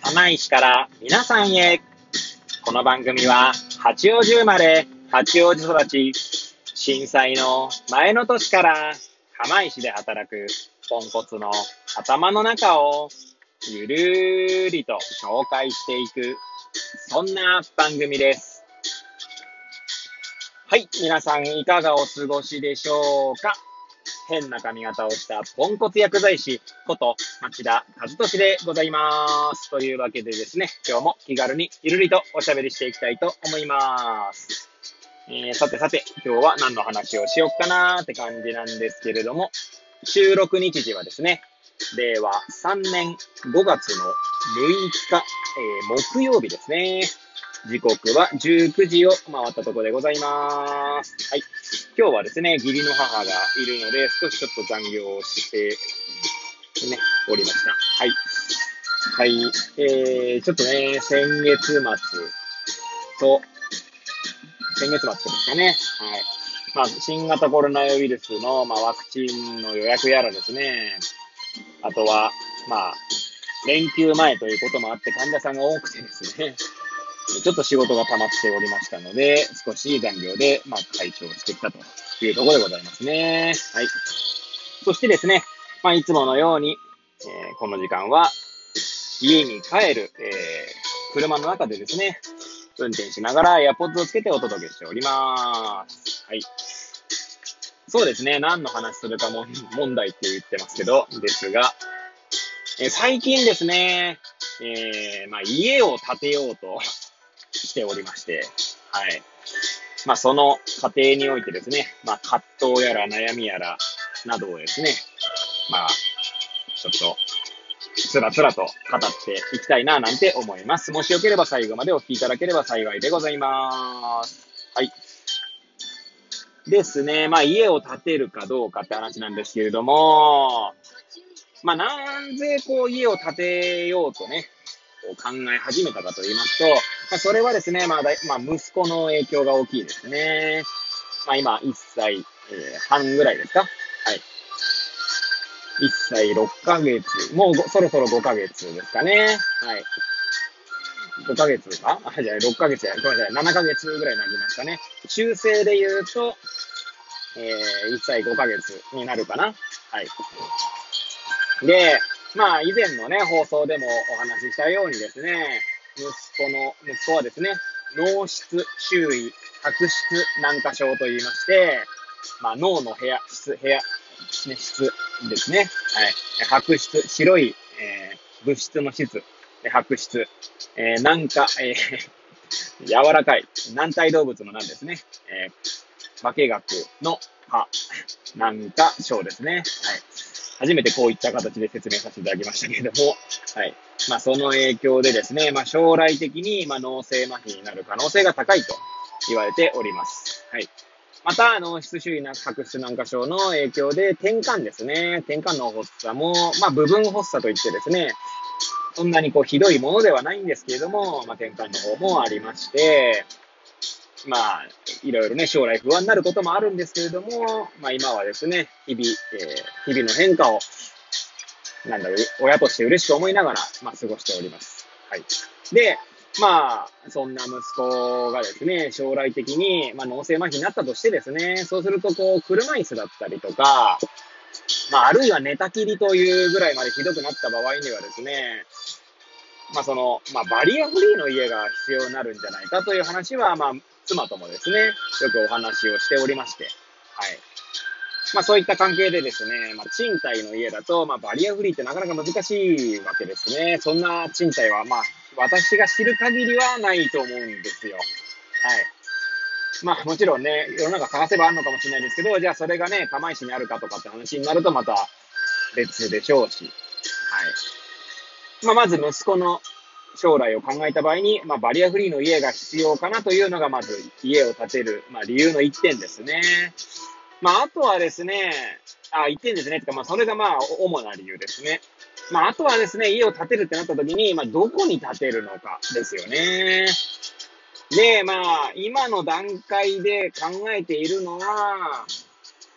釜石から皆さんへ。この番組は八王子生まれ、八王子育ち、震災の前の年から釜石で働くポンコツの頭の中をゆるーりと紹介していく、そんな番組です。はい、皆さんいかがお過ごしでしょうか。変な髪型をしたポンコツ薬剤師こと町田和俊でございます。というわけでですね、今日も気軽にゆるりとおしゃべりしていきたいと思います。さて、今日は何の話をしようかなーって感じなんですけれども、収録日時はですね、令和3年5月の6日、木曜日ですね。時刻は19時を回ったところでございます。はい。今日はですね、義理の母がいるので、少しちょっと残業をして、ね、おりました。はい。はい。ちょっとね、先月末ですかね。はい。まあ、新型コロナウイルスの、ワクチンの予約やらですね。あとは、連休前ということもあって患者さんが多くてですね。ちょっと仕事が溜まっておりましたので、少し残業で、解消してきたというところでございますね。はい。そしてですね、いつものように、この時間は、家に帰る、車の中でですね、運転しながらAirPodsをつけてお届けしております。はい。そうですね、何の話するかも問題って言ってますけど、ですが、最近ですね、家を建てようとしておりまして、はい。その過程においてですね、葛藤やら悩みやらなどをですね、ちょっと、つらつらと語っていきたいななんて思います。もしよければ最後までお聞きいただければ幸いでございます。はい。ですね、家を建てるかどうかって話なんですけれども、なんぜ家を建てようとね、考え始めたかと言いますと、それはですね、息子の影響が大きいですね。今、1歳、半ぐらいですか。はい。1歳6ヶ月、もうそろそろ5ヶ月ですかね。はい。5ヶ月かじゃあ6ヶ月や、ごめんなさい、7ヶ月ぐらいになりますかね。中性で言うと、1歳5ヶ月になるかな。はい。で、以前のね、放送でもお話ししたようにですね、息子はですね、脳室周囲白質軟化症と言いまして、脳の質ですね。はい。白質、白い、物質の質、白質、軟化、柔らかい、軟体動物の軟ですね。化学の歯、軟化症ですね。はい。初めてこういった形で説明させていただきましたけれども、はい。その影響でですね、将来的に、脳性麻痺になる可能性が高いと言われております。はい。また、脳室周囲な白質軟化症の影響で、転換ですね。転換の発作も、部分発作といってですね、そんなにひどいものではないんですけれども、転換の方もありまして、いろいろね、将来不安になることもあるんですけれども、今はですね、日々の変化を、親として嬉しく思いながら、過ごしております。はい。で、そんな息子がですね、将来的に、脳性麻痺になったとしてですね、そうすると、車椅子だったりとか、あるいは寝たきりというぐらいまでひどくなった場合にはですね、バリアフリーの家が必要になるんじゃないかという話は、妻ともですね、よくお話をしておりまして、はい。そういった関係でですね、賃貸の家だと、バリアフリーってなかなか難しいわけですね。そんな賃貸は、私が知る限りはないと思うんですよ。はい。もちろんね、世の中探せばあるのかもしれないですけど、じゃあそれがね、釜石にあるかとかって話になるとまた別でしょうし、はい。まず息子の将来を考えた場合に、バリアフリーの家が必要かなというのが、まず家を建てる、理由の一点ですね。あとはですね、一点ですね。それが主な理由ですね。あとはですね、家を建てるってなった時に、どこに建てるのかですよね。で、今の段階で考えているのは、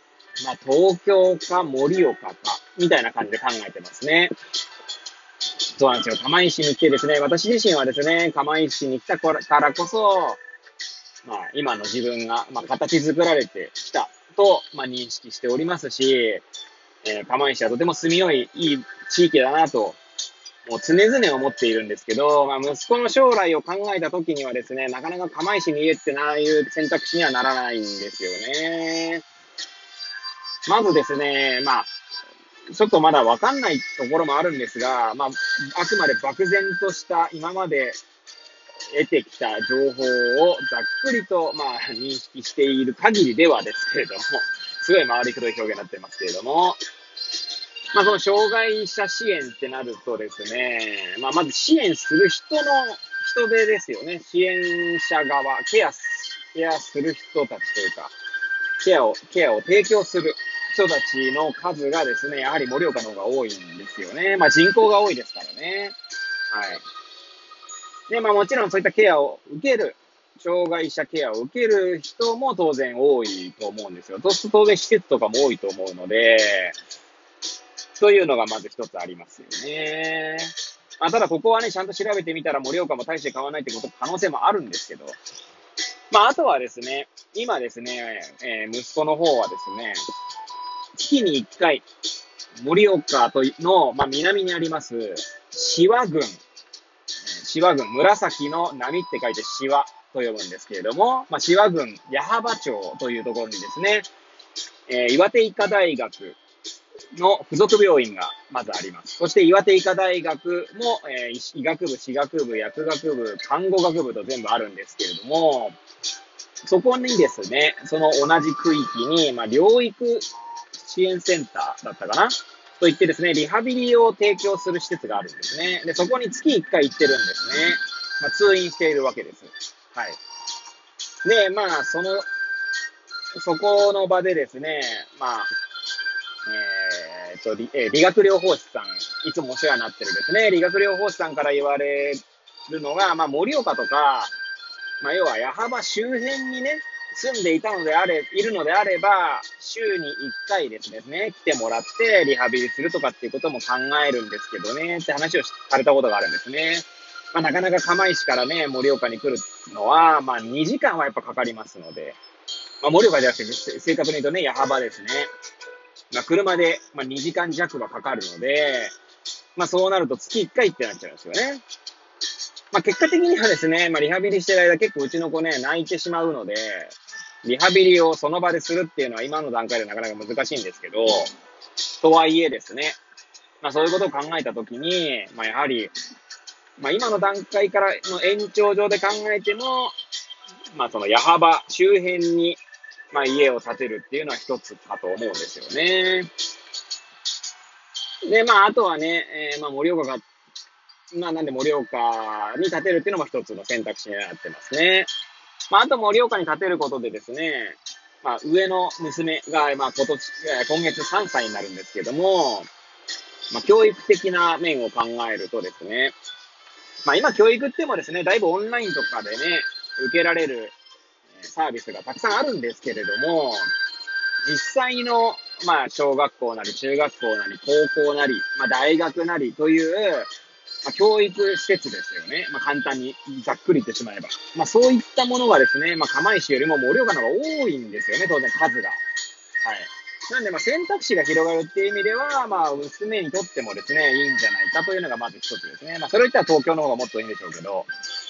東京か盛岡か、みたいな感じで考えてますね。 そうなんですよ。釜石に来てですね、私自身はですね、釜石に来たからこそ、今の自分が、形作られてきたと、認識しておりますし、釜石はとても住みよい、いい地域だなと、もう常々思っているんですけど、息子の将来を考えた時にはですね、なかなか釜石に家ってなあいう選択肢にはならないんですよね。まずですね、ちょっとまだわかんないところもあるんですが、あくまで漠然とした今まで得てきた情報をざっくりと、認識している限りではですけれども、すごい回りくどい表現になってますけれども、その障害者支援ってなるとですね、まず支援する人手ですよね。支援者側、ケアする人たちというか、ケアを提供する人たちの数がですね、やはり盛岡の方が多いんですよね。人口が多いですからね。はい。で、もちろんそういったケアを受ける、障害者ケアを受ける人も当然多いと思うんですよ。そうすると当然施設とかも多いと思うので、というのがまず一つありますよね。ただここはね、ちゃんと調べてみたら盛岡も大して変わらないって可能性もあるんですけど、あとはですね、今ですね、息子の方はですね、月に1回、盛岡の、南にあります、紫波郡、紫の波って書いて紫波と呼ぶんですけれども、紫波郡矢巾町というところにですね、岩手医科大学の付属病院がまずあります。そして岩手医科大学も、医学部、歯学部、薬学部、看護学部と全部あるんですけれども、そこにですね、その同じ区域に、療育支援センターだったかなといってですね、リハビリを提供する施設があるんですね。で、そこに月1回行ってるんですね。通院しているわけです。はい。で、そこの場でですね、理学療法士さん、いつもお世話になってるですね、理学療法士さんから言われるのが、盛岡とか、要は矢巾周辺にね、住んでいるのであれば、週に1回ですね、来てもらってリハビリするとかっていうことも考えるんですけどね、って話をされたことがあるんですね。なかなか釜石からね、盛岡に来るのは、2時間はやっぱかかりますので、盛岡じゃなくて、正確に言うとね、矢巾ですね。車で、2時間弱はかかるので、そうなると月1回ってなっちゃうんですよね。結果的にはですね、リハビリしてる間結構うちの子ね、泣いてしまうので、リハビリをその場でするっていうのは今の段階でなかなか難しいんですけど、とはいえですね、そういうことを考えたときに、やはり、今の段階からの延長上で考えても、その矢巾周辺に、家を建てるっていうのは一つかと思うんですよね。で、あとはね、盛岡が、なんで盛岡に建てるっていうのも一つの選択肢になってますね。あと盛岡に建てることでですね、上の娘が、今月3歳になるんですけども、教育的な面を考えるとですね、今教育ってもですね、だいぶオンラインとかでね、受けられるサービスがたくさんあるんですけれども、実際の、小学校なり中学校なり高校なり、大学なりという、教育施設ですよね。簡単にざっくり言ってしまえば。そういったものがですね、釜石よりも盛岡の方が多いんですよね、当然数が。はい。なんで、選択肢が広がるっていう意味では、娘にとってもですね、いいんじゃないかというのがまず一つですね。それを言ったら東京の方がもっといいんでしょうけど、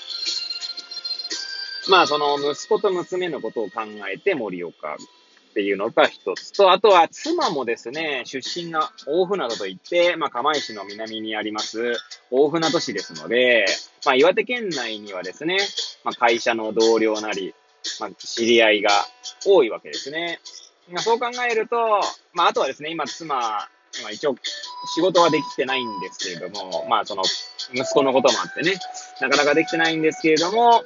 その息子と娘のことを考えて盛岡っていうのが一つと、あとは妻もですね、出身が大船渡といって、釜石の南にあります大船渡市ですので、岩手県内にはですね、会社の同僚なり、知り合いが多いわけですね。そう考えると、あとはですね、今一応仕事はできてないんですけれども、その息子のこともあってね、なかなかできてないんですけれども、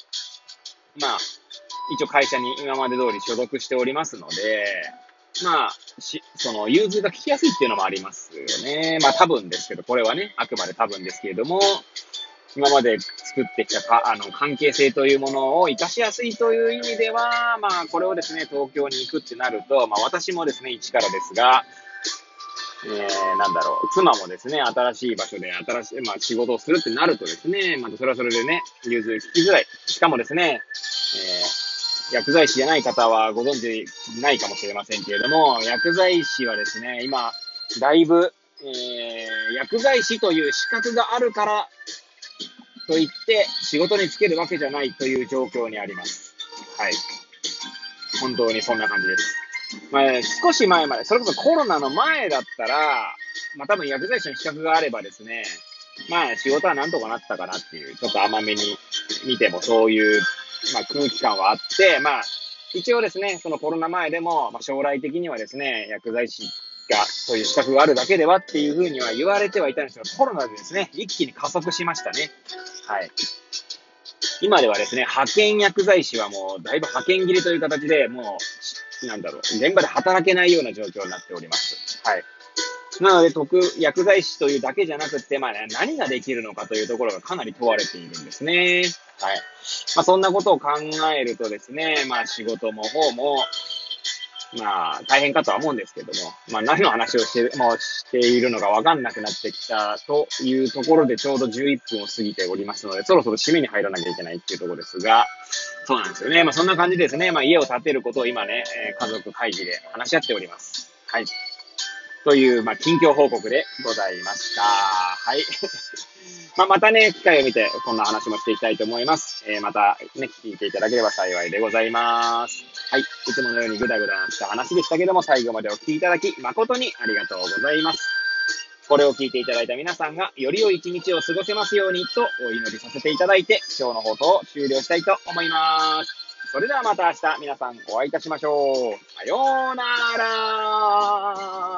一応会社に今まで通り所属しておりますので、その融通が利きやすいっていうのもありますよね。多分ですけど、これはね、あくまで多分ですけれども、今まで作ってきた関係性というものを活かしやすいという意味では、これをですね、東京に行くってなると、私もですね、一からですが、 妻もですね、新しい場所で仕事をするってなるとですね、またそれはそれでね、融通聞きづらい。しかもですね、薬剤師じゃない方はご存知ないかもしれませんけれども、薬剤師はですね、今、だいぶ、薬剤師という資格があるからといって仕事に就けるわけじゃないという状況にあります。はい。本当にそんな感じです。少し前まで、それこそコロナの前だったら、多分薬剤師の資格があればですね、仕事はなんとかなったかなっていう、ちょっと甘めに見てもそういう、空気感はあって、一応ですね、そのコロナ前でも、将来的にはですね、薬剤師が、そういう資格があるだけではっていうふうには言われてはいたんですが、コロナでですね、一気に加速しましたね。はい。今ではですね、派遣薬剤師はもう、だいぶ派遣切りという形で、もう、現場で働けないような状況になっております。はい。なので、薬剤師というだけじゃなくて、何ができるのかというところがかなり問われているんですね。はい。そんなことを考えるとですね、仕事も方も、大変かとは思うんですけども、何の話をしているのかわかんなくなってきたというところでちょうど11分を過ぎておりますので、そろそろ締めに入らなきゃいけないっていうところですが、そうなんですよね。そんな感じですね。家を建てることを今ね、家族会議で話し合っております。はい。という、近況報告でございました。はい。またね、機会を見て、こんな話もしていきたいと思います。またね、聞いていただければ幸いでございます。はい。いつものようにグダグダした話でしたけども、最後までお聞きいただき、誠にありがとうございます。これを聞いていただいた皆さんが、より良い一日を過ごせますようにとお祈りさせていただいて、今日の放送を終了したいと思います。それではまた明日、皆さんお会いいたしましょう。さようなら。